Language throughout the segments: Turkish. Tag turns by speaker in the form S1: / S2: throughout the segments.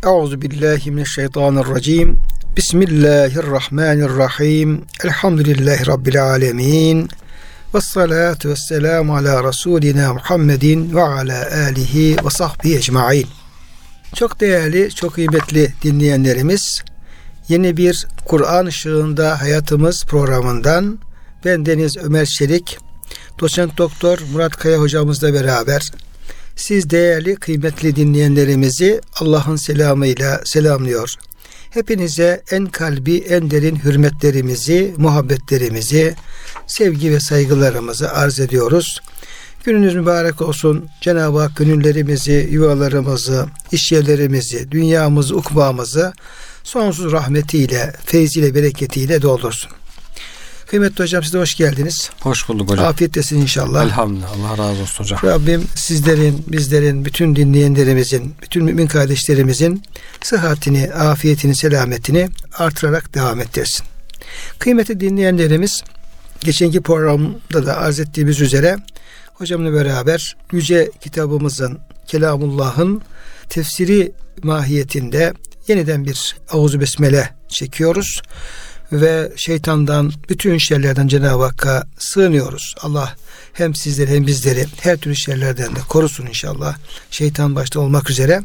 S1: Euzubillahimineşşeytanirracim. Bismillahirrahmanirrahim. Elhamdülillahi Rabbil alemin. Vessalatu vesselamu ala Resulina Muhammedin ve ala alihi ve sahbihi ecmain. Çok değerli, çok kıymetli dinleyenlerimiz, yeni bir Kur'an Işığında Hayatımız programından ben Deniz Ömer Çelik, Doçent Doktor Murat Kaya hocamızla beraber siz değerli, kıymetli dinleyenlerimizi Allah'ın selamıyla selamlıyor. Hepinize en kalbi, en derin hürmetlerimizi, muhabbetlerimizi, sevgi ve saygılarımızı arz ediyoruz. Gününüz mübarek olsun. Cenab-ı Hak gönüllerimizi, yuvalarımızı, işyerlerimizi, dünyamızı, ukbamızı sonsuz rahmetiyle, feyziyle, bereketiyle doldursun. Kıymetli hocam, size hoş geldiniz.
S2: Hoş bulduk hocam.
S1: Afiyettesin inşallah.
S2: Elhamdülillah. Allah razı olsun hocam.
S1: Rabbim sizlerin, bizlerin, bütün dinleyenlerimizin, bütün mümin kardeşlerimizin sıhhatini, afiyetini, selametini artırarak devam ettirsin. Kıymetli dinleyenlerimiz, geçenki programda da arz ettiğimiz üzere hocamla beraber yüce kitabımızın, Kelamullah'ın tefsiri mahiyetinde yeniden bir Auzu Besmele çekiyoruz. Ve şeytandan, bütün şerlerden Cenab-ı Hakk'a sığınıyoruz. Allah hem sizleri hem bizleri her türlü şerlerden de korusun inşallah. Şeytan başta olmak üzere.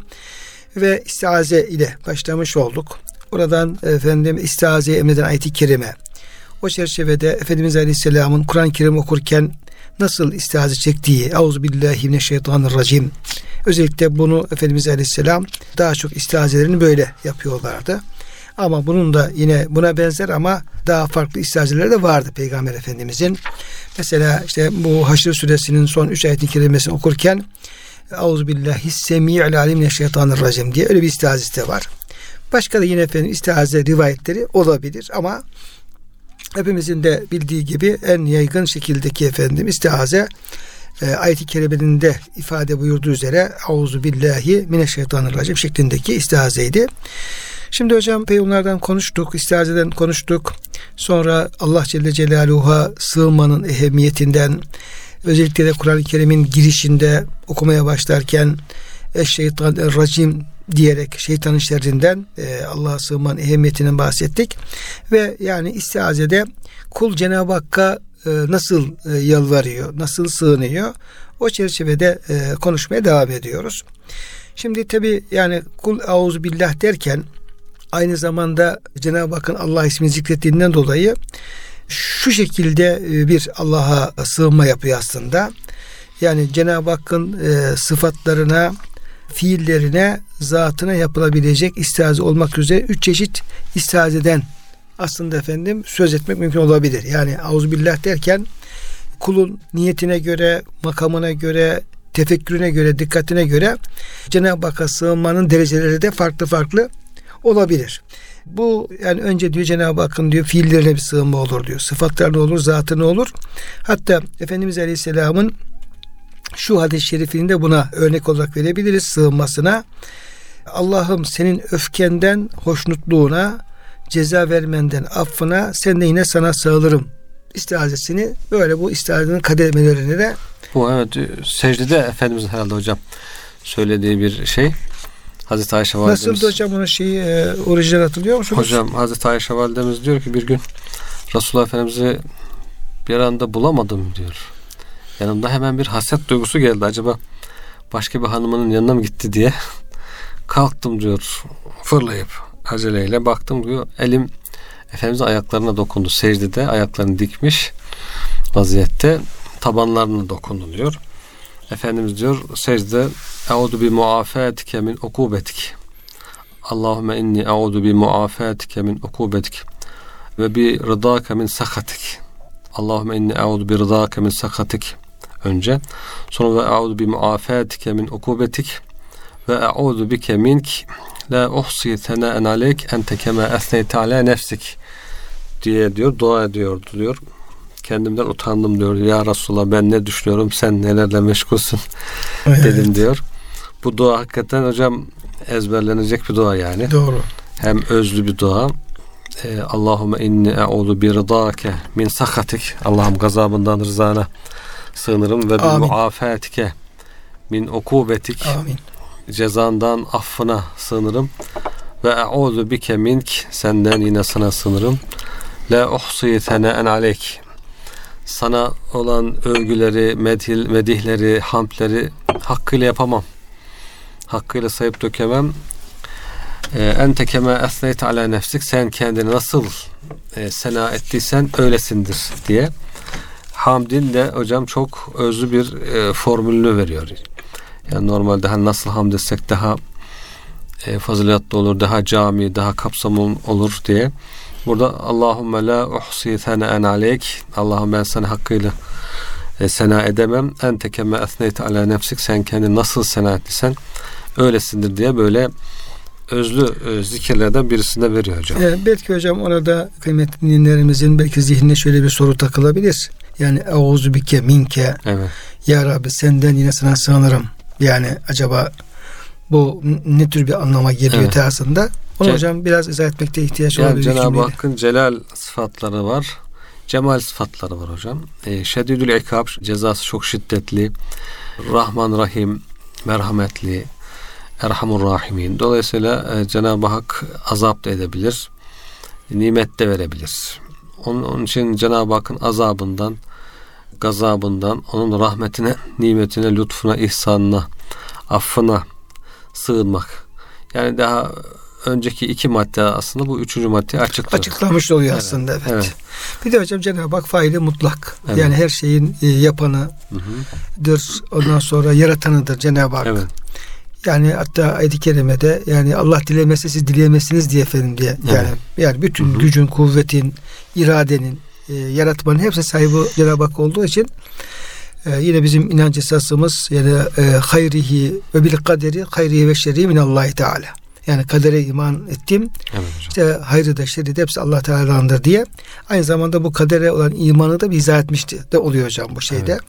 S1: Ve istiaze ile başlamış olduk. Oradan istiazeyi emreden ayet-i kerime. O çerçevede Efendimiz Aleyhisselam'ın Kur'an-ı Kerim okurken nasıl istiaze çektiği, Euzubillahimineşşeytanirracim. Özellikle bunu Efendimiz Aleyhisselam daha çok istiazelerini böyle yapıyorlardı. Ama bunun da yine buna benzer ama daha farklı istiazeleri de vardı Peygamber Efendimizin. Mesela işte bu Haşr suresinin son 3 ayetin kerimesini okurken Euzubillahissemi'il alimmineşşeytanirracim diye öyle bir istiazesi de var. Başka da yine efendim istiaze rivayetleri olabilir ama hepimizin de bildiği gibi en yaygın şekildeki efendim istiaze ayet-i kerimenin de ifade buyurduğu üzere Euzubillahimineşşeytanirracim şeklindeki istiazeydi. Şimdi hocam onlardan konuştuk, istiazeden konuştuk. Sonra Allah Celle Celaluhu'ya sığınmanın ehemmiyetinden, özellikle de Kur'an-ı Kerim'in girişinde okumaya başlarken Eşşeytanirracim diyerek şeytanın şerrinden Allah'a sığınmanın ehemmiyetinden bahsettik. Ve yani istiazede kul Cenab-ı Hakk'a nasıl yalvarıyor, nasıl sığınıyor, o çerçevede konuşmaya devam ediyoruz. Şimdi tabi yani kul Euzubillah derken aynı zamanda Cenab-ı Hakk'ın Allah ismini zikrettiğinden dolayı şu şekilde bir Allah'a sığınma yapıyor aslında. Yani Cenab-ı Hakk'ın sıfatlarına, fiillerine, zatına yapılabilecek istiaze olmak üzere 3 çeşit istiazeden aslında efendim söz etmek mümkün olabilir. Yani Euzubillah derken kulun niyetine göre, makamına göre, tefekkürüne göre, dikkatine göre Cenab-ı Hakk'a sığınmanın dereceleri de farklı farklı olabilir. Bu yani önce diyor Cenab-ı Hakk'ın diyor fiillerine bir sığınma olur diyor. Sıfatlarına olur, zatına olur. Hatta Efendimiz Aleyhisselam'ın şu hadis-i şerifini de buna örnek olarak verebiliriz sığınmasına. Allah'ım senin öfkenden hoşnutluğuna, ceza vermenden affına, sen de yine sana sığınırım istiazesini böyle bu istiazenin kademelerini de
S2: bu evet secdede Efendimizin herhalde hocam söylediği bir şey. Hazreti Ayşe validemiz.
S1: Nasıldı hocam onun şeyi orijinal hatırlıyor musunuz?
S2: Hocam Hazreti Ayşe validemiz diyor ki bir gün Resulullah Efendimiz'i bir anda bulamadım diyor. Yanımda hemen bir haset duygusu geldi. Acaba başka bir hanımının yanına mı gitti diye kalktım diyor. Fırlayıp aceleyle baktım diyor. Elim Efendimiz'in ayaklarına dokundu. Secdede ayaklarını dikmiş vaziyette tabanlarına dokundu diyor. Efendimiz diyor secde Euzu bi muafatike min ukubetik. Allahümme inni euzu bi muafatike min ukubetik ve bi rıdake min sakatik. Allahümme inni euzu bi rıdake min sakatik önce. Sonra ve euzu bi muafatike min ukubetik ve euzu bike mink la uhsi senaen aleyk ente kema esneyte ala nefsik diye diyor dua ediyordu diyor. Kendimden utandım diyor. Ya Resulallah ben ne düşünüyorum, sen nelerle meşgulsün dedim diyor. Bu dua hakikaten hocam ezberlenecek bir dua yani.
S1: Doğru.
S2: Hem özlü bir dua. Allahümme inni e'udu bi rıdake min sakatik. Allah'ım gazabından rızana sığınırım ve bi muafatike min ukubetik.
S1: Amin.
S2: cezandan, affına sığınırım. Ve e'uzu bike mink, senden yine sana sığınırım. La uhsi senaen aleyk, sana olan övgüleri, medihleri, hamdleri hakkıyla yapamam. Hakkıyla sayıp dökemem. Ente kema esneyte ala nefsik, sen kendini nasıl sena ettiysen öylesindir diye. Hamdin de hocam çok özlü bir formülünü veriyor. Yani normalde hani nasıl hamd etsek daha faziletli olur, daha cami, daha kapsamlı olur diye. Burada Allahümme la uhsi senaen aleyk, Allah'ım ben sana hakkıyla sena edemem. Ente kema esneyte ala nefsik, sen kendini nasıl sena ettiysen öylesindir diye böyle özlü zikirlerden birisinde veriyor hocam.
S1: Belki hocam orada kıymetli dinleyenlerimizin belki zihnine şöyle bir soru takılabilir. Yani euzu bike minke.
S2: Evet.
S1: Ya Rabbi senden yine sana sığınırım. Yani acaba bu ne tür bir anlama geliyor tarzında. Onu hocam biraz izah etmekte ihtiyaç olabilir.
S2: Cenab-ı Hakk'ın celal sıfatları var. Cemal sıfatları var hocam. Şedidül ikab, cezası çok şiddetli. Rahman Rahim, merhametli. Erhamur Rahimin. Dolayısıyla Cenab-ı Hak azap da edebilir. Nimet de verebilir. Onun için Cenab-ı Hakk'ın azabından, gazabından, onun rahmetine, nimetine, lütfuna, ihsanına, affına sığınmak. Yani daha önceki 2 madde aslında bu 3. maddeyi
S1: açıklamış oluyor aslında. Evet. Bir de hocam Cenab-ı Hak faili mutlak. Evet. Yani her şeyin yapanıdır. Ondan sonra yaratanıdır Cenab-ı Hak. Evet. Yani hatta ayet-i kerimede yani Allah dilemezse siz dileyemezsiniz diye efendim diye. Yani bütün gücün, kuvvetin, iradenin, yaratmanın hepsi sahibi Cenab-ı Hak olduğu için yine bizim inanç esasımız yani hayrihi ve bil kaderi hayrihi ve şerri minallahi teala. Yani kadere iman ettim. Evet, işte hayrı da şerri de hepsi Allah Teala'dandır diye. Aynı zamanda bu kadere olan imanı da bir izah etmişti de oluyor hocam bu şeyde. Evet.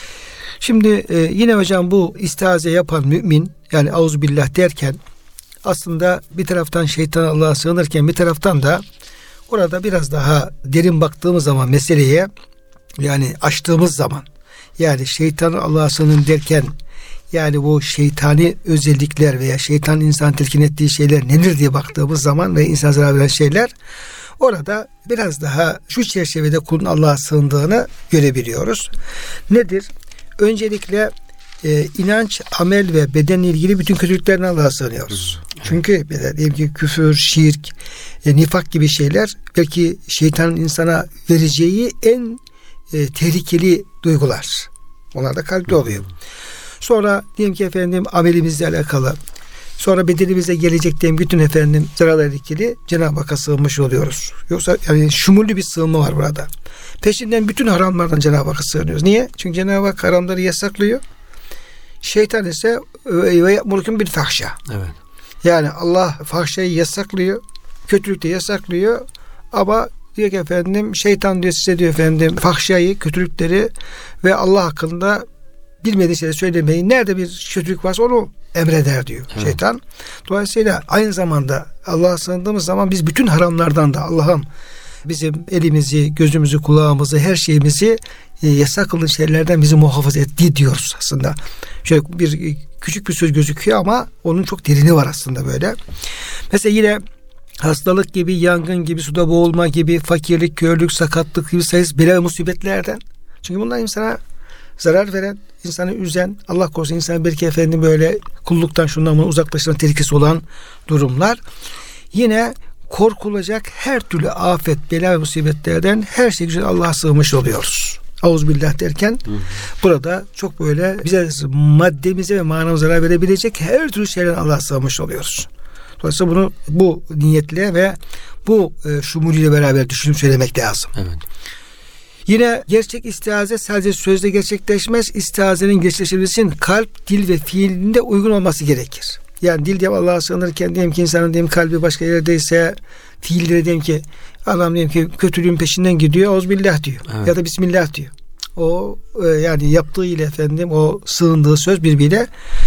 S1: Şimdi yine hocam bu istiaze yapan mümin yani auzubillah derken aslında bir taraftan şeytan Allah'a sığınırken bir taraftan da orada biraz daha derin baktığımız zaman meseleye yani açtığımız zaman yani şeytan Allah'a sığının derken yani bu şeytani özellikler veya şeytan insan telkin ettiği şeyler nedir diye baktığımız zaman ve insan zarar veren şeyler orada biraz daha şu çerçevede kulun Allah'a sığındığını görebiliyoruz. Nedir? Öncelikle inanç, amel ve bedenle ilgili bütün kötülüklerden Allah'a sığınıyoruz. Çünkü diyelim ki küfür, şirk, nifak gibi şeyler belki şeytanın insana vereceği en tehlikeli duygular. Onlar da kalpte oluyor. Sonra diyelim ki efendim amelimizle alakalı. Sonra bedenimize gelecek diyelim bütün efendim zararlarla ilgili Cenab-ı Hakk'a sığınmış oluyoruz. Yoksa yani şumullü bir sığınma var burada. Peşinden bütün haramlardan Cenab-ı Hakk'a sığınıyoruz. Niye? Çünkü Cenab-ı Hak haramları yasaklıyor. Şeytan ise ve ya'murukum bil fahşa. Evet. Yani Allah fahşayı yasaklıyor. Kötülükte yasaklıyor. Ama diyor ki efendim şeytan diyor size diyor efendim fahşayı, kötülükleri ve Allah hakkında bilmediği şeyleri söylemeyi, nerede bir kötülük varsa onu emreder diyor şeytan. Dolayısıyla aynı zamanda Allah'a sığındığımız zaman biz bütün haramlardan da Allah'ım bizim elimizi, gözümüzü, kulağımızı, her şeyimizi yasak kıldığın şeylerden bizi muhafaza et diyoruz aslında. Şöyle bir küçük bir söz gözüküyor ama onun çok derini var aslında böyle. Mesela yine hastalık gibi, yangın gibi, suda boğulma gibi, fakirlik, körlük, sakatlık gibi sayısız bela ve musibetlerden. Çünkü bunlar insana zarar veren, insanı üzen, Allah korusun insanı belki efendim böyle kulluktan şundan bunu uzaklaştıran tehlikesi olan durumlar. Yine korkulacak her türlü afet, bela ve musibetlerden her şey güzel Allah'a sığınmış oluyoruz. Auzubillah derken burada çok böyle bize maddemize ve manamıza zarar verebilecek her türlü şeyden Allah'a sığınmış oluyoruz. Dolayısıyla bunu bu niyetle ve bu şumulüyle beraber düşünüp söylemek lazım. Evet. Yine gerçek istiaze sadece sözde gerçekleşmez. İstiazenin gerçekleşmesi için kalp, dil ve fiilinde uygun olması gerekir. Yani dil diye Allah'a sığınırken diyelim ki insanın diyelim kalbi başka yerdeyse, fiilleri diyelim ki adam diyelim ki kötülüğün peşinden gidiyor, Auzubillah diyor. Evet. Ya da Bismillah diyor. O yani yaptığı ile efendim o sığındığı söz birbiriyle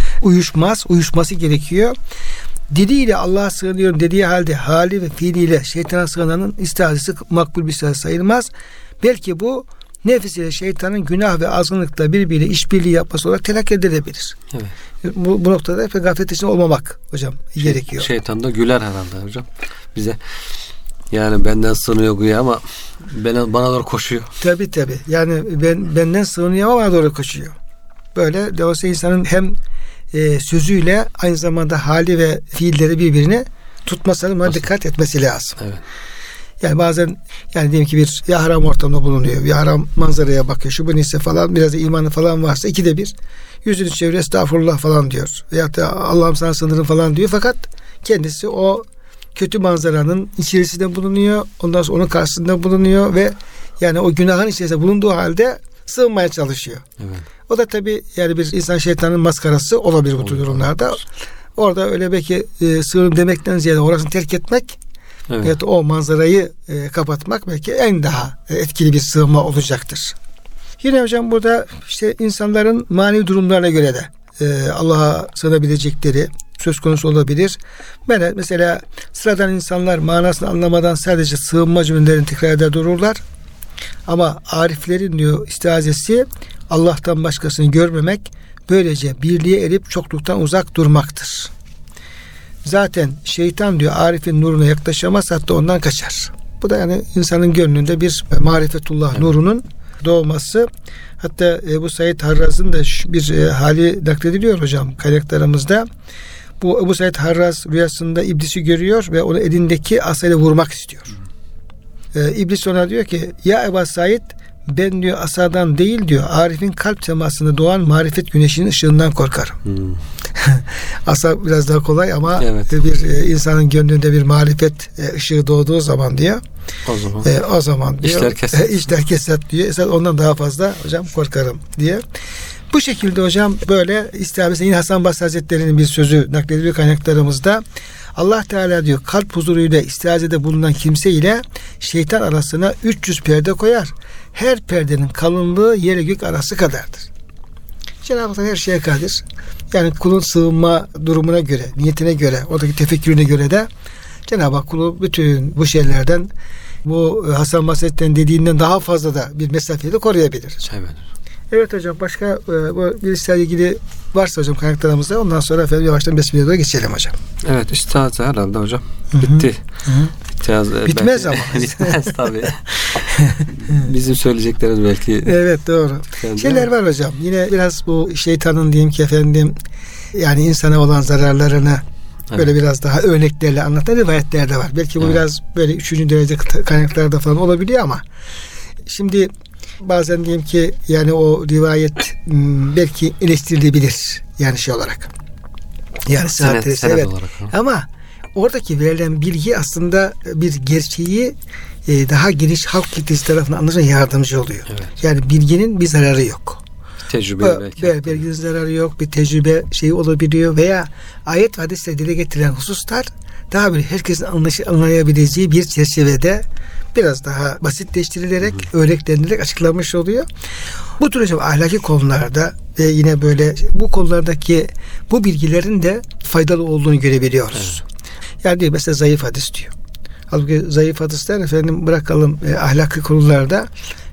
S1: uyuşması gerekiyor. Diliyle Allah'a sığınıyorum dediği halde hali ve fiiliyle şeytana sığınanın istiazesi makbul bir istiaze sayılmaz. Belki bu nefis ile şeytanın günah ve azgınlıkla birbiriyle işbirliği yapması olarak telakki edilebilir.
S2: Evet.
S1: Bu noktada gaflet içinde olmamak hocam gerekiyor.
S2: Şeytan da güler herhalde hocam bize. Yani benden sığınıyor güya ama bana doğru koşuyor.
S1: Tabii. Yani benden sığınıyor ama bana doğru koşuyor. Böyle dolayısıyla insanın hem sözüyle aynı zamanda hali ve fiilleri birbirine tutmasına buna dikkat etmesi lazım.
S2: Evet.
S1: Yani bazen yani diyelim ki bir ya haram ortamda bulunuyor, ya haram manzaraya bakıyor, şu bu neyse falan, biraz da imanı falan varsa ikide bir yüzünü çeviriyor, estağfurullah falan diyor. Veyahut da Allah'ım sana sığınırım falan diyor. Fakat kendisi o kötü manzaranın içerisinde bulunuyor. Ondan sonra onun karşısında bulunuyor ve yani o günahın içerisinde bulunduğu halde sığınmaya çalışıyor. Evet. O da tabii yani bir insan şeytanın maskarası olabilir bu tür durumlarda. Orada öyle belki sığınım demekten ziyade orasını terk etmek, evet. Ya da o manzarayı kapatmak belki en daha etkili bir sığınma olacaktır. Yine hocam burada işte insanların manevi durumlarına göre de Allah'a sığınabilecekleri söz konusu olabilir. Mesela sıradan insanlar manasını anlamadan sadece sığınma cümlelerini tekrar eder dururlar. Ama ariflerin diyor istihazesi Allah'tan başkasını görmemek, böylece birliğe erip çokluktan uzak durmaktır. Zaten şeytan diyor arifin nuruna yaklaşamaz, hatta ondan kaçar. Bu da yani insanın gönlünde bir marifetullah nurunun doğması. Hatta Ebu Said Harraz'ın da bir hali naklediliyor hocam kaynaklarımızda. Bu Ebu Said Harraz rüyasında iblisi görüyor ve onu elindeki asayla vurmak istiyor. İblis ona diyor ki ya Ebu Said, ben diyor asadan değil diyor, arifin kalp temasında doğan marifet güneşinin ışığından korkarım. Asa biraz daha kolay ama evet. Bir insanın gönlünde bir marifet ışığı doğduğu zaman diyor. O zaman diyor. İşler kesat diyor. Esas ondan daha fazla hocam korkarım diye. Bu şekilde hocam böyle istihabesi yine Hasan Basri Hazretleri'nin bir sözü naklediliyor kaynaklarımızda. Allah Teala diyor kalp huzuruyla istihazede bulunan kimse ile şeytan arasına 300 perde koyar. Her perdenin kalınlığı yer gök arası kadardır. Cenab-ı Hak her şeye kadir. Yani kulun sığınma durumuna göre, niyetine göre, oradaki tefekkürüne göre de Cenab-ı Hak kulu bütün bu şeylerden, bu Hasan Basri'den dediğinden daha fazla da bir mesafeyi de koruyabilir. Evet hocam, başka bu bilgisayarla ilgili varsa hocam kaynaklarımızda, ondan sonra efendim yavaştan besmeleye doğru geçelim hocam.
S2: Evet, istihaze herhalde hocam. Bitti.
S1: Bitmez ama.
S2: Bitmez tabii. Bizim söyleyeceklerimiz belki.
S1: Evet, doğru. Şeyler var hocam. Yine biraz bu şeytanın diyeyim ki efendim yani insana olan zararlarını böyle biraz daha örneklerle anlatan rivayetler de var. Belki bu biraz böyle 3. derece kaynaklarda falan olabiliyor ama şimdi bazen diyeyim ki yani o rivayet belki eleştirilebilir yani şey olarak. Yani senet evet. Olarak. Ama oradaki verilen bilgi aslında bir gerçeği daha geniş halk kitlesi tarafından anlaşılmaya yardımcı oluyor. Evet. Yani bilginin bir zararı yok.
S2: Tecrübe belki.
S1: Bilginin zararı yok. Bir tecrübe şeyi olabiliyor veya ayet ve hadisle dile getirilen hususlar daha böyle herkesin anlayabileceği bir çerçevede biraz daha basitleştirilerek, örneklendirilerek açıklanmış oluyor. Bu tür hocam ahlaki konularda ve yine böyle bu konulardaki bu bilgilerin de faydalı olduğunu görebiliyoruz. Evet. Yani diyor mesela zayıf hadis diyor. Halbuki zayıf hadisler efendim bırakalım ahlaki konularda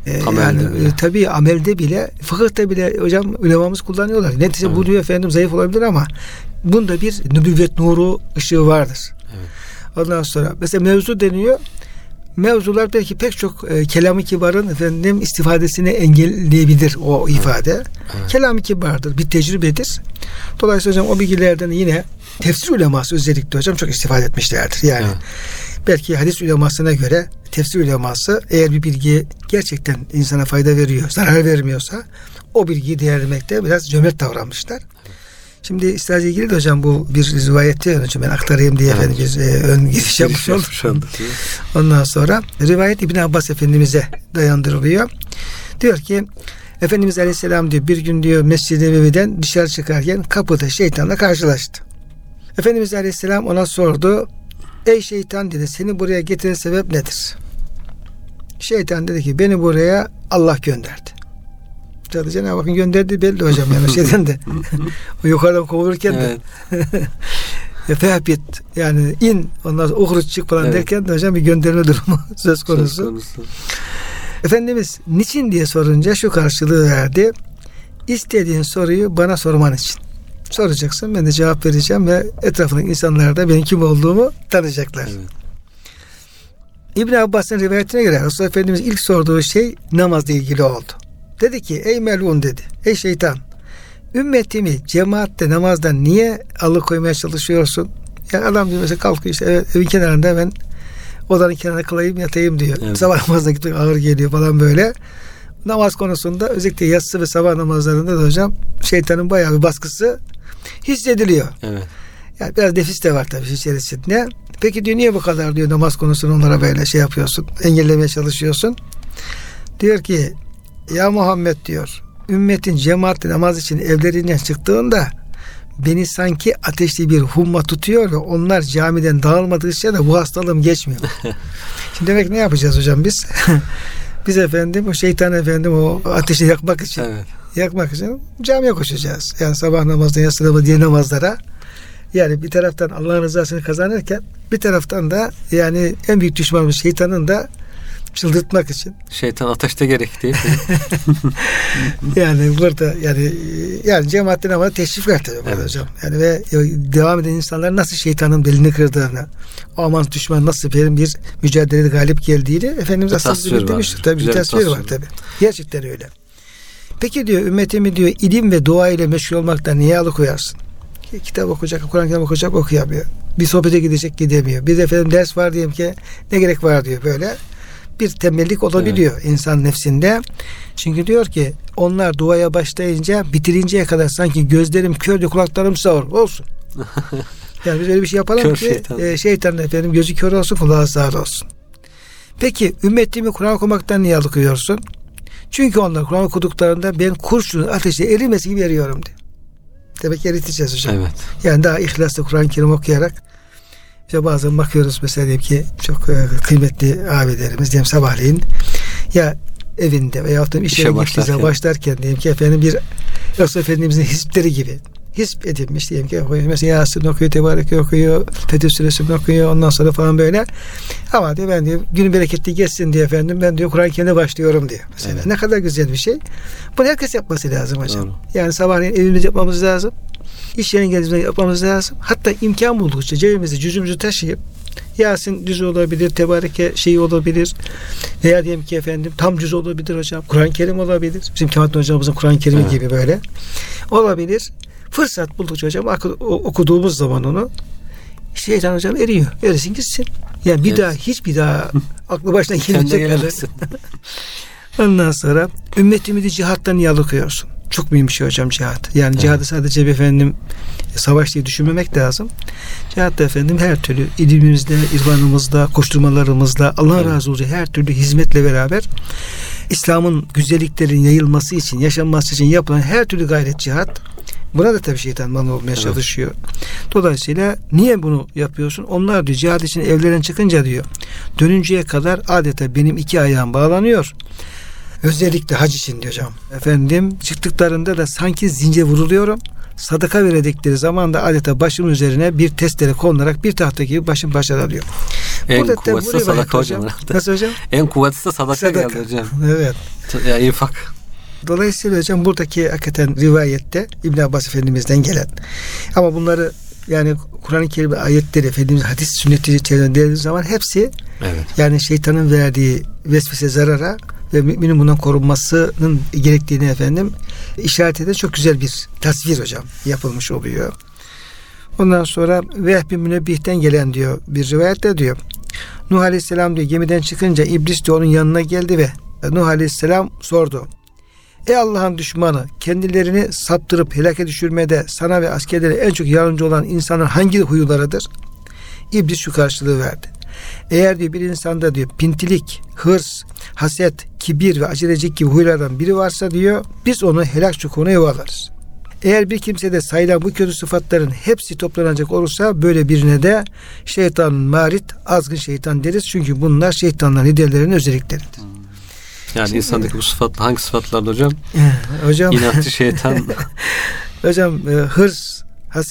S1: tabii amelde bile, fıkıhta bile hocam ulemamız kullanıyorlar. Neticede bu diyor efendim zayıf olabilir ama bunda bir nübüvvet nuru ışığı vardır. Evet. Ondan sonra mesela mevzu deniyor. Mevzular belki pek çok kelam-ı kibarın efendim istifadesini engelleyebilir o ifade. Evet. Kelam-ı kibardır, bir tecrübedir. Dolayısıyla hocam o bilgilerden yine tefsir uleması özellikle hocam çok istifade etmişlerdir. Yani belki hadis ulemasına göre tefsir uleması eğer bir bilgi gerçekten insana fayda veriyor, zarar vermiyorsa o bilgiyi değerlemekte biraz cömert davranmışlar. Şimdi isterse ilgili de hocam bu bir rivayeti hocam ben aktarayım diye efendim biz ön giriş yapmış olduk. Ondan sonra rivayet İbn Abbas Efendimiz'e dayandırılıyor. Diyor ki Efendimiz Aleyhisselam diyor bir gün diyor Mescid-i Nebevi'den dışarı çıkarken kapıda şeytanla karşılaştı. Efendimiz Aleyhisselam ona sordu. Ey şeytan dedi, seni buraya getiren sebep nedir? Şeytan dedi ki beni buraya Allah gönderdi. Tabii Cenab-ı Hakk'ın gönderdiği belli hocam yani şeyden de o yukarıdan kovulurken de fehbit yani in ondan sonra uhruç çık falan derken de hocam bir gönderme durumu söz konusu. Efendimiz niçin diye sorunca şu karşılığı verdi. İstediğin soruyu bana sorman için. Soracaksın, ben de cevap vereceğim ve etrafındaki insanlar da benim kim olduğumu tanıyacaklar. Evet. İbn Abbas'ın rivayetine göre Resulullah Efendimiz ilk sorduğu şey namazla ilgili oldu. Dedi ki ey melun dedi. Ey şeytan, ümmetimi cemaatle namazdan niye alıkoymaya çalışıyorsun? Yani adam diyor mesela kalkıyor işte evet, evin kenarında ben odanın kenarına kılayım yatayım diyor. Evet. Sabah namazına gitmek ağır geliyor falan böyle. Namaz konusunda özellikle yatsı ve sabah namazlarında da hocam şeytanın bayağı bir baskısı hissediliyor. Evet. Yani biraz nefis de var tabii içerisinde. Peki diyor niye bu kadar diyor namaz konusunda onlara böyle şey yapıyorsun, engellemeye çalışıyorsun? Diyor ki ya Muhammed diyor, ümmetin cemaatle namaz için evlerinden çıktığında beni sanki ateşli bir humma tutuyor ve onlar camiden dağılmadıkça da bu hastalığım geçmiyor. Şimdi demek ne yapacağız hocam biz? Biz efendim o şeytan efendim o ateşi yakmak için yakmak için camiye koşacağız. Yani sabah namazına, yatsı namazı diye namazlara. Yani bir taraftan Allah'ın rızasını kazanırken bir taraftan da yani en büyük düşmanımız şeytanın da çıldırtmak için.
S2: Şeytan ateşte gerek değil.
S1: Yani burada yani cemaatle namazı teşvik var tabii evet. Hocam. Yani ve devam eden insanlar nasıl şeytanın belini kırdığını, o aman düşman nasıl bir mücadelede galip geldiğini Efendimiz aslında demiştir. Tabii bir tasvir var tabii. Gerçekten öyle. Peki diyor ümmetimi diyor ilim ve dua ile meşgul olmaktan niye alıkoyarsın? Kitap okuyacak, Kur'an kitap okuyacak okuyamıyor. Bir sohbete gidecek gidemiyor. Bir de efendim ders var diyelim ki ne gerek var diyor böyle. Bir tembellik olabiliyor insan nefsinde. Çünkü diyor ki onlar duaya başlayınca bitirinceye kadar sanki gözlerim kör de kulaklarım sağır olsun. Yani biz öyle bir şey yapalım kör ki şeytan efendim gözü kör olsun kulağı sağır olsun. Peki ümmetimi Kur'an okumaktan niye alıkoyuyorsun? Çünkü onlar Kur'an okuduklarında ben kurşunun ateşe erimesi gibi veriyorum diyor. Demek eriteceğiz hocam. Evet. Yani daha ihlasla Kur'an-ı Kerim okuyarak işte bazen bakıyoruz mesela diyelim ki çok kıymetli abilerimiz diyelim sabahleyin ya evinde veyahut da işe gittiği zaman başlarken diyelim ki efendim bir Resulullah Efendimizin hizipleri gibi hisp edilmiş diyelim ki mesela Yasin okuyor, Tebareke okuyor, Fetih Suresini okuyor ondan sonra falan böyle ama diyor ben diyor günün bereketli geçsin diye efendim ben diyor Kur'an-ı Kerim'e başlıyorum diyor. Mesela evet. Ne kadar güzel bir şey. Bunu herkes yapması lazım hocam. Doğru. Yani sabahleyin evimizde yapmamız lazım. İş yerine geldiğimizde yapmamız lazım. Hatta imkan buldukça cebimizde cüzümüzü taşıyıp Yasin cüzü olabilir, Tebareke şeyi olabilir veya diyelim ki efendim tam cüzü olabilir hocam. Kur'an-ı Kerim olabilir. Bizim Kemalettin hocamızın Kur'an-ı Kerim'i gibi böyle olabilir. Fırsat buldukça hocam okuduğumuz zaman onu şeytan hocam eriyor. Erisin gitsin. Yani bir daha hiçbir daha aklı başına gelmeyecek kadar. Ondan sonra ümmetimizi cihattan niye alıkoyuyorsun? Çok mühim bir şey hocam cihat. Yani cihadı sadece efendim savaş diye düşünmemek lazım. Cihatta efendim her türlü ilimimizde, irfanımızda, koşturmalarımızla Allah razı olsun her türlü hizmetle beraber İslam'ın güzelliklerin yayılması için, yaşanması için yapılan her türlü gayret cihat. Buna da tabii şeytan mani olmaya çalışıyor. Dolayısıyla niye bunu yapıyorsun? Onlar diyor cihad için evlerden çıkınca diyor dönünceye kadar adeta benim iki ayağım bağlanıyor. Özellikle hac için diyor hocam. Efendim çıktıklarında da sanki zincir vuruluyorum. Sadaka veredikleri zaman da adeta başımın üzerine bir testere konularak bir tahta gibi başım başa diyor.
S2: En kuvvetli sadaka hocam.
S1: Nasıl hocam?
S2: En kuvvetli sadaka geldi hocam.
S1: Evet.
S2: Ya infak.
S1: Dolayısıyla hocam buradaki hakikaten rivayette İbn Abbas Efendimiz'den gelen ama bunları yani Kur'an-ı Kerim ayetleri Efendimiz hadis sünneti içerisinden değerlendiği zaman hepsi yani şeytanın verdiği vesvese zarara ve müminin bundan korunmasının gerektiğini efendim işaret eden çok güzel bir tasvir hocam yapılmış oluyor. Ondan sonra Vehb bin Münebbih'ten gelen diyor bir rivayette diyor Nuh Aleyhisselam diyor gemiden çıkınca iblis de onun yanına geldi ve Nuh Aleyhisselam sordu. Ey Allah'ın düşmanı kendilerini saptırıp helake düşürmede sana ve askerlere en çok yardımcı olan insanın hangi huylarıdır? İblis şu karşılığı verdi. Eğer diyor bir insanda diyor pintilik, hırs, haset, kibir ve acelecilik gibi huylardan biri varsa diyor biz onu helak çukuruna yuvarlarız. Eğer bir kimsede sayılan bu kötü sıfatların hepsi toplanacak olursa böyle birine de şeytanın marit, azgın şeytan deriz. Çünkü bunlar şeytanların liderlerinin özellikleridir.
S2: Yani şimdi, insandaki bu sıfatlar hangi sıfatlardı hocam?
S1: Hocam
S2: İnatçı şeytan.
S1: Hocam hırs, haset,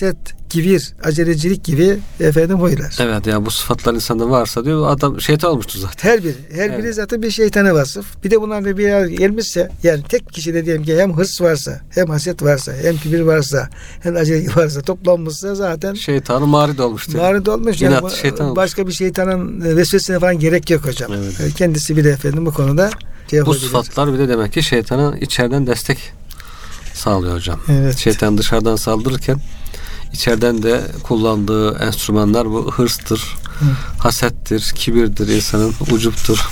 S1: kibir, acelecilik gibi huylar.
S2: Evet ya, bu sıfatlar insanda varsa diyor, adam şeytan olmuştur zaten.
S1: Her biri zaten bir şeytana vasıf. Bir de bunlar bir yer gelmişse, yani tek kişide diyelim ki hem hırs varsa, hem haset varsa, hem kibir varsa, hem acelecilik varsa, toplanmışsa zaten
S2: şeytanı marid olmuştur.
S1: Marid olmuş.
S2: Yani
S1: başka bir şeytanın vesvesesine falan gerek yok hocam.
S2: Evet.
S1: Kendisi bile bu konuda
S2: bu sıfatlar bir de demek ki şeytana içeriden destek sağlıyor hocam.
S1: Evet.
S2: Şeytan dışarıdan saldırırken içeriden de kullandığı enstrümanlar bu hırstır, hasettir, kibirdir, insanın ucuptur,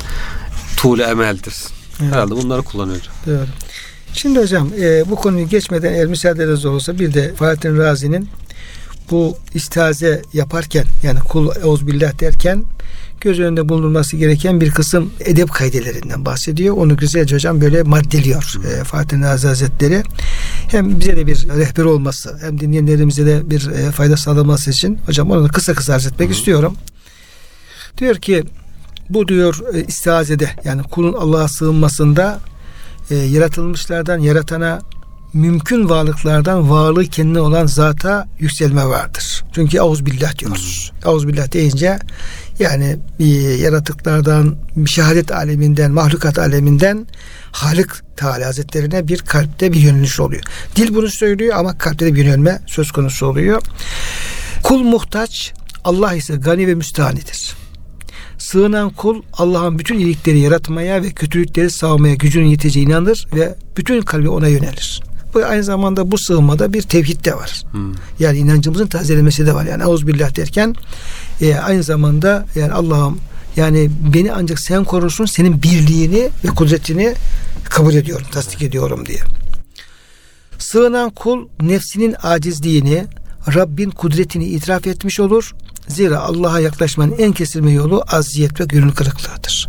S2: tuğle emeldir. Evet. Herhalde bunları kullanıyor hocam.
S1: Doğru. Şimdi hocam bu konuyu geçmeden eğer müsaadeniz olursa bir de Fahrettin Razi'nin bu istiaze yaparken, yani kul euzbillah derken göz önünde bulunması gereken bir kısım edep kaidelerinden bahsediyor. Onu güzelce hocam böyle maddeliyor Fahrettin Razi Hazretleri. Hem bize de bir rehber olması, hem dinleyenlerimize de bir fayda sağlaması için hocam onu da kısa arz etmek istiyorum. Diyor ki bu diyor istiazede, yani kulun Allah'a sığınmasında yaratılmışlardan yaratana, mümkün varlıklardan varlığı kendine olan zata yükselme vardır. Çünkü Euzbillah diyoruz. Euzbillah deyince yani yaratıklardan, şehadet aleminden, mahlukat aleminden Halik Teala Hazretlerine bir kalpte bir yöneliş oluyor. Dil bunu söylüyor ama kalpte de bir yönelme söz konusu oluyor. Kul muhtaç, Allah ise gani ve müstahanidir. Sığınan kul Allah'ın bütün iyilikleri yaratmaya ve kötülükleri savmaya gücünün yeteceğine inanır ve bütün kalbi ona yönelir. Bu aynı zamanda bu sığınmada bir tevhid de var. Yani inancımızın tazelemesi de var. Yani Euzbillah derken aynı zamanda yani Allah'ım, yani beni ancak sen korursun, senin birliğini ve kudretini kabul ediyorum, tasdik ediyorum diye. Sığınan kul nefsinin acizliğini, Rabbin kudretini itiraf etmiş olur. Zira Allah'a yaklaşmanın en kesilme yolu aziyet ve gönül kırıklığıdır.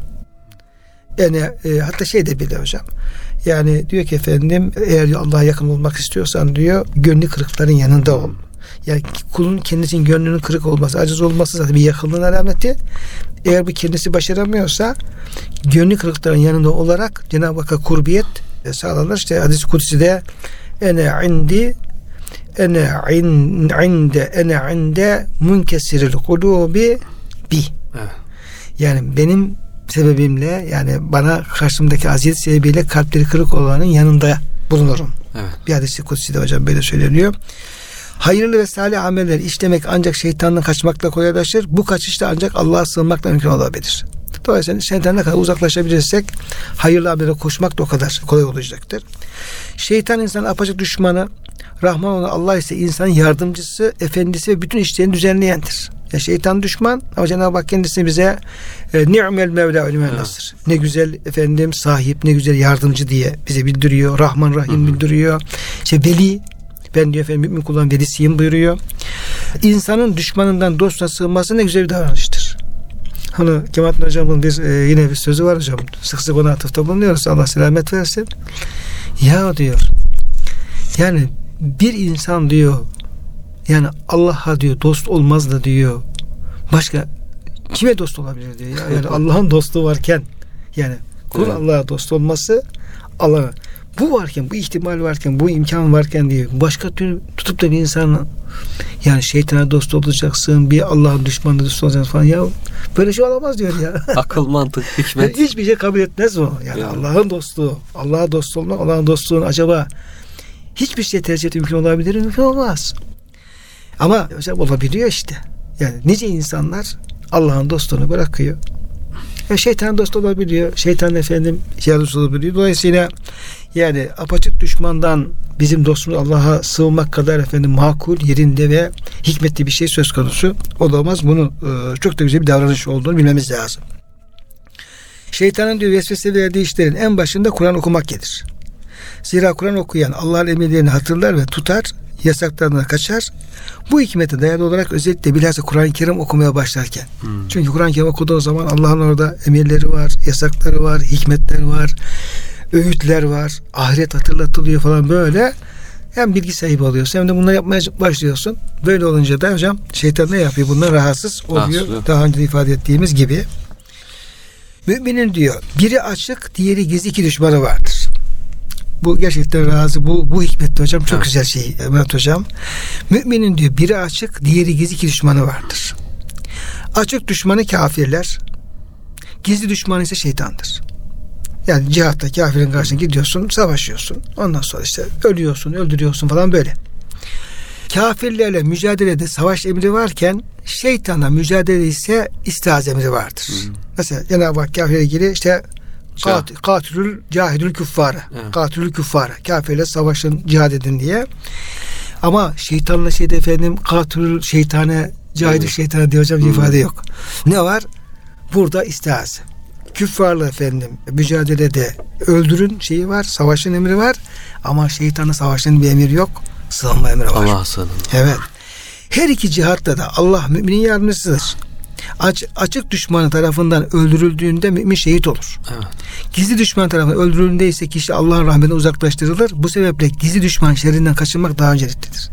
S1: Yani hatta şey de bile hocam. Yani diyor ki efendim, eğer Allah'a yakın olmak istiyorsan diyor, gönlü kırıkların yanında ol. Yani kulun kendisinin gönlünün kırık olması, aciz olması zaten bir yakınlığın alameti. Eğer bu kendisi başaramıyorsa gönlü kırıkların yanında olarak Cenab-ı Hakk'a kurbiyet sağlanır. İşte hadis-i kudside ene inde munkesiril kulubi bi. Yani benim sebebimle, yani bana karşımdaki aziyet sebebiyle kalpleri kırık olanın yanında bulunurum. Evet. Bir hadis-i kudside hocam böyle söyleniyor. Hayırlı ve salih ameller işlemek ancak şeytandan kaçmakla kolaylaşır. Bu kaçışta ancak Allah'a sığınmakla mümkün olabilir. Dolayısıyla şeytandan ne kadar uzaklaşabilirsek hayırlı amellere koşmak da o kadar kolay olacaktır. Şeytan insanın apaçık düşmanı, Rahman olan Allah ise insanın yardımcısı, efendisi ve bütün işlerini düzenleyendir. Ya şeytan düşman ama Cenab-ı Hak kendisi bize ni'mel mevla ve ni'mel nasır. Ne güzel efendim sahip, ne güzel yardımcı diye bize bildiriyor. Rahman Rahim bildiriyor. İşte veli, ben diyor efendim mümin kulların velisiyim buyuruyor. İnsanın düşmanından dostuna sığınması ne güzel bir davranıştır. Hani Kemalettin Hocam'ın yine bir sözü var hocam. Sık sık ona atıfta bulunuyoruz. Allah selamet versin. Ya diyor, yani bir insan diyor, yani Allah'a diyor dost olmaz da diyor, başka kime dost olabilir diyor. Yani Allah'ın dostu varken, yani kul Allah'a dost olması, Allah'a bu varken, bu ihtimal varken, bu imkan varken diyor, başka türlü tutup da bir insanın yani şeytana dost olacaksın, bir Allah'ın düşmanı dost olacaksın falan, ya böyle şey olamaz diyor ya. Akıl, mantık, hikmet. Hiçbir şey kabul etmez o. Yani Allah'ın dostluğu, Allah'a dost olmak, Allah'ın dostluğunu acaba hiçbir şey tercih etmek mümkün olabilir mi? Mümkün olmaz. Ama hocam olabiliyor işte. Yani nice insanlar Allah'ın dostluğunu bırakıyor. Şeytan dost olabiliyor. Şeytan efendim yardımcı olabiliyor. Dolayısıyla yani apaçık düşmandan bizim dostumuz Allah'a sığınmak kadar efendim makul, yerinde ve hikmetli bir şey söz konusu olamaz. Bunu çok da güzel bir davranış olduğunu bilmemiz lazım. Şeytanın diyor vesvese verdiği işlerin en başında Kur'an okumak gelir. Zira Kur'an okuyan Allah'ın emirlerini hatırlar ve tutar, yasaklarına kaçar. Bu hikmete dayalı olarak özellikle bilhassa Kur'an-ı Kerim okumaya başlarken. Çünkü Kur'an-ı Kerim okuduğu zaman Allah'ın orada emirleri var, yasakları var, hikmetler var, öğütler var, ahiret hatırlatılıyor falan böyle. Hem bilgi sahibi oluyorsun hem de bunları yapmaya başlıyorsun. Böyle olunca da hocam şeytan ne yapıyor? Bundan rahatsız oluyor. Daha önce ifade ettiğimiz gibi. Müminin diyor biri açık, diğeri gizli iki düşmanı vardır. bu gerçekten razı. Bu hikmetli hocam. Çok güzel şey Murat hocam. Müminin diyor biri açık, diğeri gizli iki düşmanı vardır. Açık düşmanı kafirler. Gizli düşmanı ise şeytandır. Yani cihatta kafirin karşısına gidiyorsun, savaşıyorsun. Ondan sonra işte ölüyorsun, öldürüyorsun falan böyle. Kafirlerle mücadelede savaş emri varken şeytanla mücadele ise istiaz emri vardır. Mesela Cenab-ı Hak kafirle ilgili işte katilül cahidül küffara. Katilül küffara. Kafirle savaşın, cihad edin diye. Ama şeytanla efendim katilül şeytane, cahidül şeytane diye hocam ifade yok. Ne var? Burada istiaz. Küffarla efendim mücadelede öldürün şeyi var, savaşın emri var. Ama şeytanla savaşın bir emir yok. Sığınma emri var.
S2: Allah sığınma.
S1: Evet. Her iki cihatta da Allah müminin yardımcısıdır. Açık düşmanı tarafından öldürüldüğünde mümin şehit olur. Evet. Gizli düşman tarafından öldürüldüğünde ise kişi Allah'ın rahmetinden uzaklaştırılır. Bu sebeple gizli düşman şerrinden kaçınmak daha önceliklidir.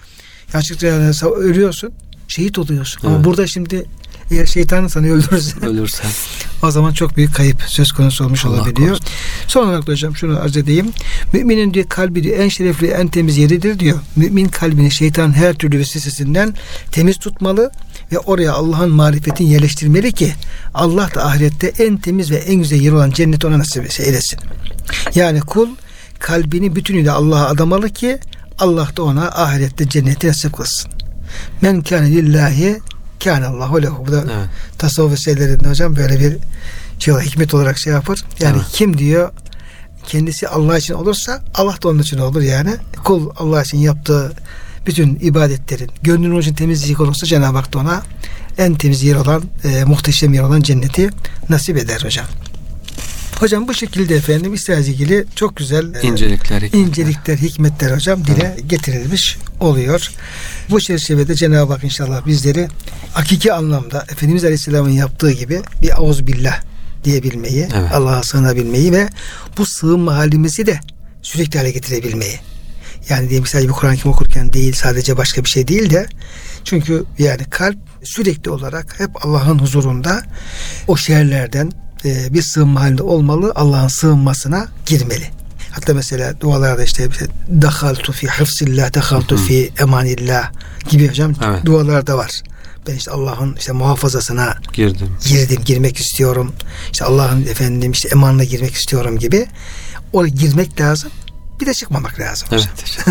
S1: Açıkça ölüyorsun, şehit oluyorsun. Evet. Ama burada şimdi eğer şeytanın sana ölürsen o zaman çok büyük kayıp söz konusu olmuş Allah olabiliyor. Korusun. Son olarak da hocam şunu arz edeyim. Müminin diyor kalbi diyor, en şerefli, en temiz yeridir diyor. Mümin kalbini şeytanın her türlü vesvesesinden temiz tutmalı ve oraya Allah'ın marifetini yerleştirmeli ki Allah da ahirette en temiz ve en güzel yer olan cenneti ona nasip eylesin. Yani kul kalbini bütünüyle Allah'a adamalı ki Allah da ona ahirette cenneti nasip kılsın. Men kâne lillahi kânallahu lehu. Bu da tasavvuf eserlerinde hocam böyle bir hikmet olarak şey yapar. Yani kim diyor kendisi Allah için olursa Allah da onun için olur yani. Kul Allah için yaptığı bütün ibadetlerin gönlünün onun için temizlik olursa Cenab-ı Hak da ona en temiz yer olan, muhteşem yer olan cenneti nasip eder hocam. Hocam bu şekilde efendim İstiaz'la ilgili çok güzel incelikler, hikmetler hocam dile getirilmiş oluyor. Bu çerçevede Cenab-ı Hak inşallah bizleri hakiki anlamda Efendimiz Aleyhisselam'ın yaptığı gibi bir auzubillah diyebilmeyi, Allah'a sığınabilmeyi ve bu sığınma halimizi de sürekli hale getirebilmeyi. Yani diyelim sadece bir Kur'an-ı Kerim okurken değil, sadece başka bir şey değil de çünkü yani kalp sürekli olarak hep Allah'ın huzurunda o şerlerden bir sığınma halinde olmalı. Allah'ın sığınmasına girmeli. Hatta mesela dualarda işte dahaltu fi hıfzillah, dahaltu fi emanillah gibi hocam dualarda var. Ben işte Allah'ın işte muhafazasına girmek istiyorum. İşte Allah'ın efendim işte emanına girmek istiyorum gibi. Oraya girmek lazım. Bir de çıkmamak lazım. Evet.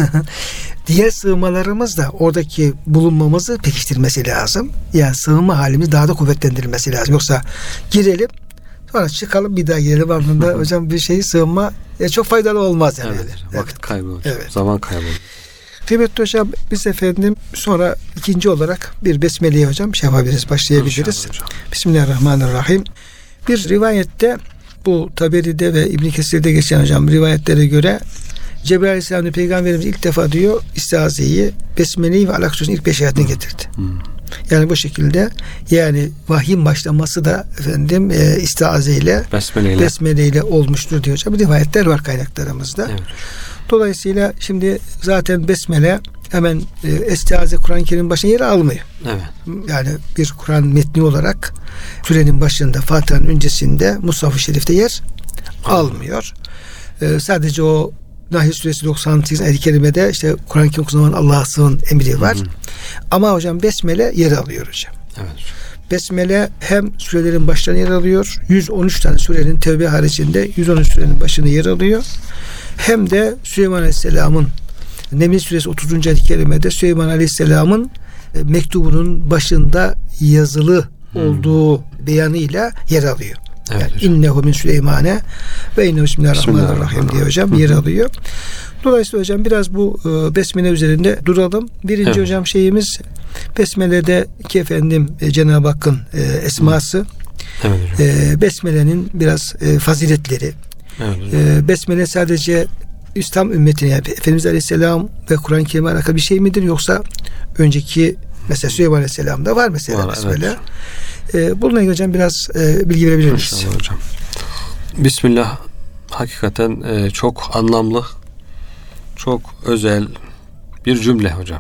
S1: Diğer sığınmalarımız da oradaki bulunmamızı pekiştirmesi lazım. Yani sığınma halimiz daha da kuvvetlendirilmesi lazım. Yoksa girelim sonra çıkalım bir daha girelim ardında hocam bir şeyi sığınma çok faydalı olmaz yani.
S2: Evet, vakit kaybı olur. Evet. Zaman kaybı olur.
S1: Kıymetli hocam biz efendim sonra ikinci olarak bir besmele'ye hocam yapabiliriz, başlayabiliriz. Bismillahirrahmanirrahim. Bir rivayette bu Taberi'de ve İbn Kesir'de geçen hocam rivayetlere göre Cebrail Aleyhisselam Peygamberimiz ilk defa diyor İstiaze'yi, Besmele'yi ve Alak Suresinin ilk 5 ayetine getirdi. Yani bu şekilde yani vahyin başlaması da efendim İstiaze ile Besmele ile olmuştur diyor hocam. Rivayetler var kaynaklarımızda. Evet. Dolayısıyla şimdi zaten Besmele hemen İstiaze Kur'an-ı Kerim'in başına yeri almıyor. Evet. Yani bir Kur'an metni olarak sürenin başında Fatiha'nın öncesinde Mushaf-ı Şerif'te yer almıyor. Sadece o Nahl Suresi 98 ayet-i kerimede işte Kur'an-ı Kerim okunan Allah'a sığın emri var. Ama hocam Besmele yer alıyor hocam. Evet. Besmele hem surelerin başlarına yer alıyor. 113 tane surenin Tevbe haricinde 113 surenin başına yer alıyor. Hem de Süleyman Aleyhisselam'ın Neml Suresi 30. ayet-i kerimede Süleyman Aleyhisselam'ın mektubunun başında yazılı olduğu beyanıyla yer alıyor. Evet, yani innehu min Süleymane ve innehu bismillahirrahmanirrahim diye hocam yer alıyor. Dolayısıyla hocam biraz bu Besmele üzerinde duralım. Birinci hocam şeyimiz Besmele'deki efendim Cenab-ı Hakk'ın esması. Besmele'nin biraz faziletleri. Besmele sadece İslam ümmetine yani Efendimiz Aleyhisselam ve Kur'an-ı Kerim'e alakalı bir şey midir yoksa önceki mesela Süleyman Aleyhisselam'da var mesela Besmele. Bununla ilgili hocam biraz bilgi verebilir misiniz?
S2: Hocam. Bismillah hakikaten çok anlamlı, çok özel bir cümle hocam.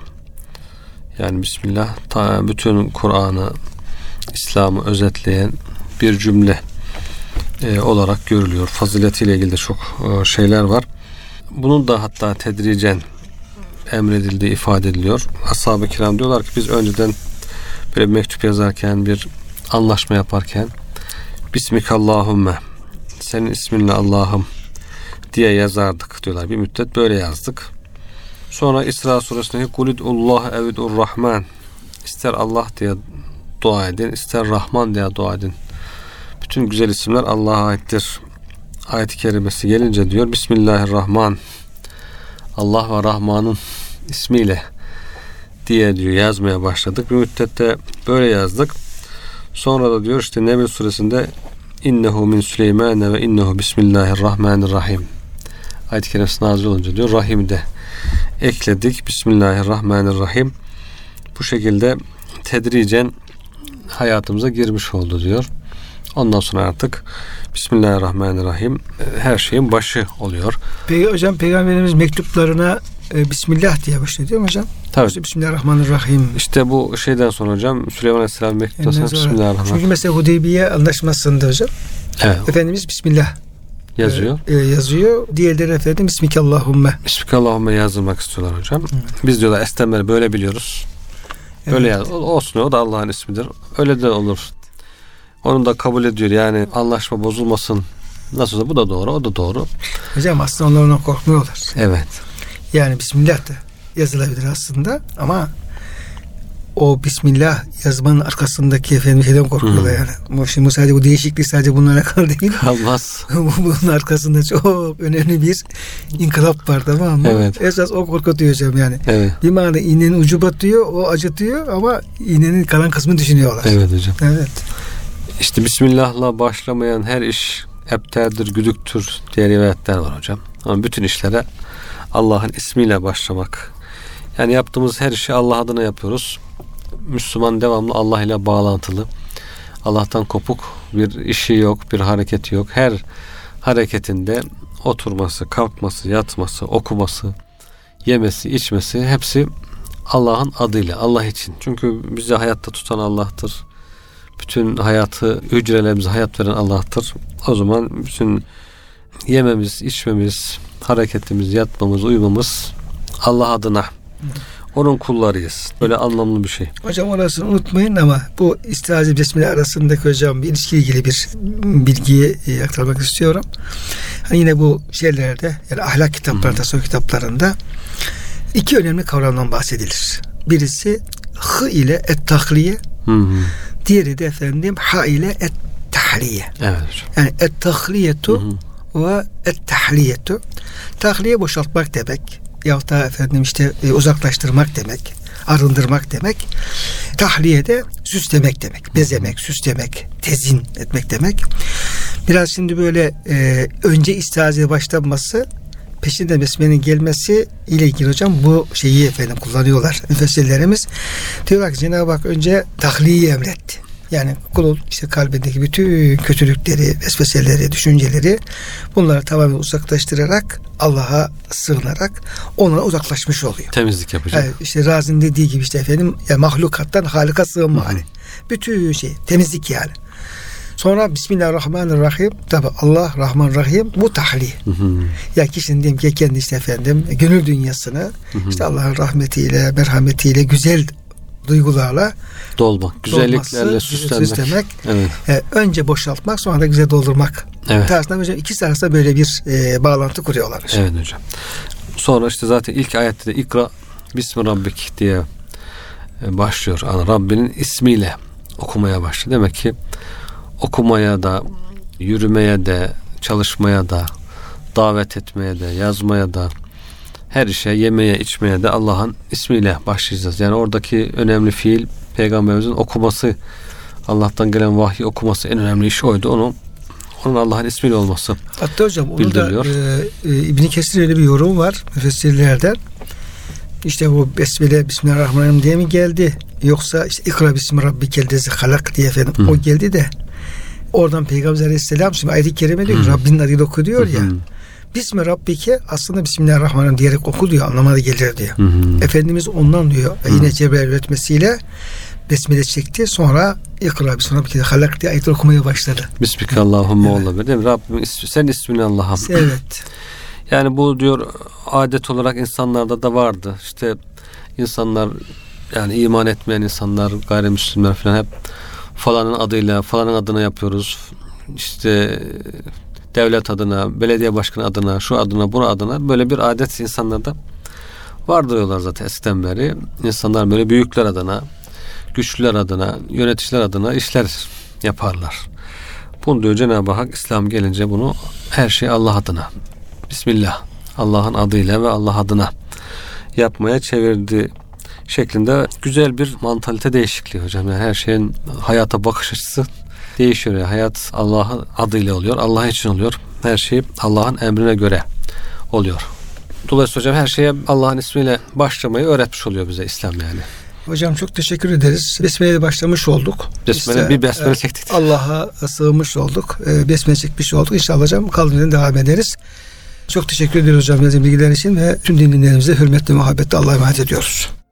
S2: Yani Bismillah bütün Kur'an'ı, İslam'ı özetleyen bir cümle olarak görülüyor. Faziletiyle ilgili de çok şeyler var. bunun da hatta tedricen emredildiği ifade ediliyor. Ashab-ı kiram diyorlar ki biz önceden böyle bir mektup yazarken, bir anlaşma yaparken Bismikallahümme, senin isminle Allah'ım diye yazardık diyorlar. Bir müddet böyle yazdık. Sonra İsra suresindeki Kulidullah evidur Rahman, ister Allah diye dua edin, ister Rahman diye dua edin. Bütün güzel isimler Allah'a aittir. Ayet-i kerimesi gelince diyor Bismillahirrahman, Allah ve Rahman'ın ismiyle diye diyor yazmaya başladık. Bir müddette böyle yazdık. Sonra da diyor işte Neml suresinde innehu min Süleyman ve innehu bismillahirrahmanirrahim. Ayet-i kerimesi nazil olunca diyor Rahim'i de ekledik. Bismillahirrahmanirrahim. Bu şekilde tedricen hayatımıza girmiş oldu diyor. Ondan sonra artık Bismillahirrahmanirrahim her şeyin başı oluyor.
S1: Peki hocam Peygamberimiz mektuplarına Bismillah diye başlıyor değil mi hocam?
S2: Tabii.
S1: İşte Bismillahirrahmanirrahim.
S2: İşte bu şeyden sonra hocam Süleyman Aleyhisselam mektuplarına Bismillahirrahmanirrahim.
S1: Çünkü mesela Hudeybiye anlaşmasında hocam Efendimiz Bismillah
S2: yazıyor.
S1: Yazıyor. Diğerleri efendim Bismikallahümme.
S2: Bismikallahümme yazdırmak istiyorlar hocam. Biz diyorlar estemleri böyle biliyoruz. Böyle yaz. Olsun, o da Allah'ın ismidir. Öyle de olur. Onu da kabul ediyor. Yani anlaşma bozulmasın. Nasıl olsa bu da doğru, o da doğru.
S1: Hocam aslında onlar ondan korkmuyorlar.
S2: Evet.
S1: Yani Bismillah da yazılabilir aslında ama o Bismillah yazmanın arkasındaki efendim şeyden korkuyorlar yani. Şimdi sadece bu değişiklik sadece bununla alakalı değil.
S2: Kalmaz.
S1: Bunun arkasında çok önemli bir inkılap var, tamam mı?
S2: Evet.
S1: Esas o korkutuyor hocam yani.
S2: Evet.
S1: Bir manada iğnenin ucu batıyor, o acıtıyor ama iğnenin kalan kısmını düşünüyorlar.
S2: Evet hocam.
S1: Evet.
S2: İşte Bismillah'la başlamayan her iş ebterdir, güdüktür diye rivayetler var hocam. Ama bütün işlere Allah'ın ismiyle başlamak. Yani yaptığımız her işi Allah adına yapıyoruz. Müslüman devamlı Allah ile bağlantılı. Allah'tan kopuk bir işi yok, bir hareketi yok. Her hareketinde oturması, kalkması, yatması, okuması, yemesi, içmesi hepsi Allah'ın adıyla, Allah için. Çünkü bizi hayatta tutan Allah'tır. Bütün hayatı, hücrelerimize hayat veren Allah'tır. O zaman bütün yememiz, içmemiz, hareketimiz, yatmamız, uyumamız Allah adına. Onun kullarıyız. Böyle anlamlı bir şey.
S1: Hocam orasını unutmayın ama bu istiaze besmele arasındaki hocam bir ilişkiyle ilgili bir bilgiyi aktarmak istiyorum. Hani yine bu şeylerde yani ahlak kitaplarında, tasavvuf kitaplarında iki önemli kavramdan bahsedilir. Birisi hı ile et-tahliye, diğeri de efendim ha ile et-tahliye.
S2: Evet.
S1: Yani et-tahliyetu ve et-tahliyetu. Tahliye boşaltmak demek. Yahut da efendim işte uzaklaştırmak demek, arındırmak demek. Tahliye de süslemek demek, bezemek, süslemek, tezin etmek demek. Biraz şimdi böyle önce istihazeye başlanması, peşinden besmelenin gelmesi ile ilgili hocam bu şeyi efendim kullanıyorlar müfessirlerimiz. Diyorlar ki Cenab-ı Hak önce tahliyeyi emretti. Yani kulun işte kalbindeki bütün kötülükleri, vesveseleri, düşünceleri bunları tamamen uzaklaştırarak Allah'a sığınarak ona uzaklaşmış oluyor.
S2: Temizlik yapacak.
S1: Yani işte Razi'nin dediği gibi işte efendim ya mahlukattan Halık'a sığınma hali. Bütün şey temizlik yani. Sonra Bismillahirrahmanirrahim. Tabi Allah Rahman Rahim bu tahliye. Ya kişinin diyelim ki kendi işte efendim gönül dünyasını işte Allah'ın rahmetiyle, merhametiyle, güzel duygularla
S2: dolmak, güzelliklerle süslemek.
S1: Evet. Önce boşaltmak, sonra da güzel doldurmak. Evet. Tarzında hocam ikisi arasında böyle bir bağlantı kuruyorlar hocam.
S2: Evet hocam. Sonra işte zaten ilk ayette de ikra bismi rabbik diye başlıyor. Yani Rabbinin ismiyle okumaya başlıyor. Demek ki okumaya da, yürümeye de, çalışmaya da, davet etmeye de, yazmaya da, her işe, yemeye, içmeye de Allah'ın ismiyle başlayacağız. Yani oradaki önemli fiil Peygamberimizin okuması, Allah'tan gelen vahyi okuması en önemli iş oydu. Onun Allah'ın ismiyle olması. Hatta hocam onu da
S1: İbn Kesir öyle bir yorum var müfessirlerden. İşte bu besmele Bismillahirrahmanirrahim diye mi geldi? Yoksa işte İkra bismi rabbikellezi halak diye efendim o geldi de oradan Peygamber Aleyhisselam şimdi ayet-i kerime diyor Rabbinin adıyla oku diyor ya. Bismi Rabbike aslında Bismillahirrahmanirrahim diyerek oku diyor, anlamada gelir diyor. Efendimiz ondan diyor yine Cebrail öğretmesiyle besmele çekti, sonra İkra bismi Rabbike halak diye ayetleri okumaya başladı.
S2: Bismikallahümme olabilir değil mi? Rabbim sen ismini Allah'ım.
S1: Evet.
S2: Yani bu diyor adet olarak insanlarda da vardı. İşte insanlar, yani iman etmeyen insanlar, gayrimüslimler falan hep falanın adıyla, falanın adına yapıyoruz. İşte devlet adına, belediye başkanı adına, şu adına, bu adına, böyle bir adet insanlarda var diyorlar zaten eskiden beri. İnsanlar böyle büyükler adına, güçlüler adına, yöneticiler adına işler yaparlar. Bunu diyor Cenab-ı Hak, İslam gelince bunu her şey Allah adına, Bismillah, Allah'ın adıyla ve Allah adına yapmaya çevirdi şeklinde güzel bir mantalite değişikliği hocam. Yani her şeyin hayata bakış açısı değişiyor. Yani hayat Allah'ın adıyla oluyor, Allah için oluyor. Her şey Allah'ın emrine göre oluyor. Dolayısıyla hocam her şeye Allah'ın ismiyle başlamayı öğretmiş oluyor bize İslam yani.
S1: Hocam çok teşekkür ederiz. Besmele'yle başlamış olduk.
S2: Bir besmele çektik.
S1: Allah'a sığınmış olduk. Besmele çekmiş olduk. İnşallah hocam kaldığımız yerden devam ederiz. Çok teşekkür ediyoruz hocam yazın bilgiler için ve tüm dinleyenlerimize hürmetle, muhabbetle Allah'a emanet ediyoruz.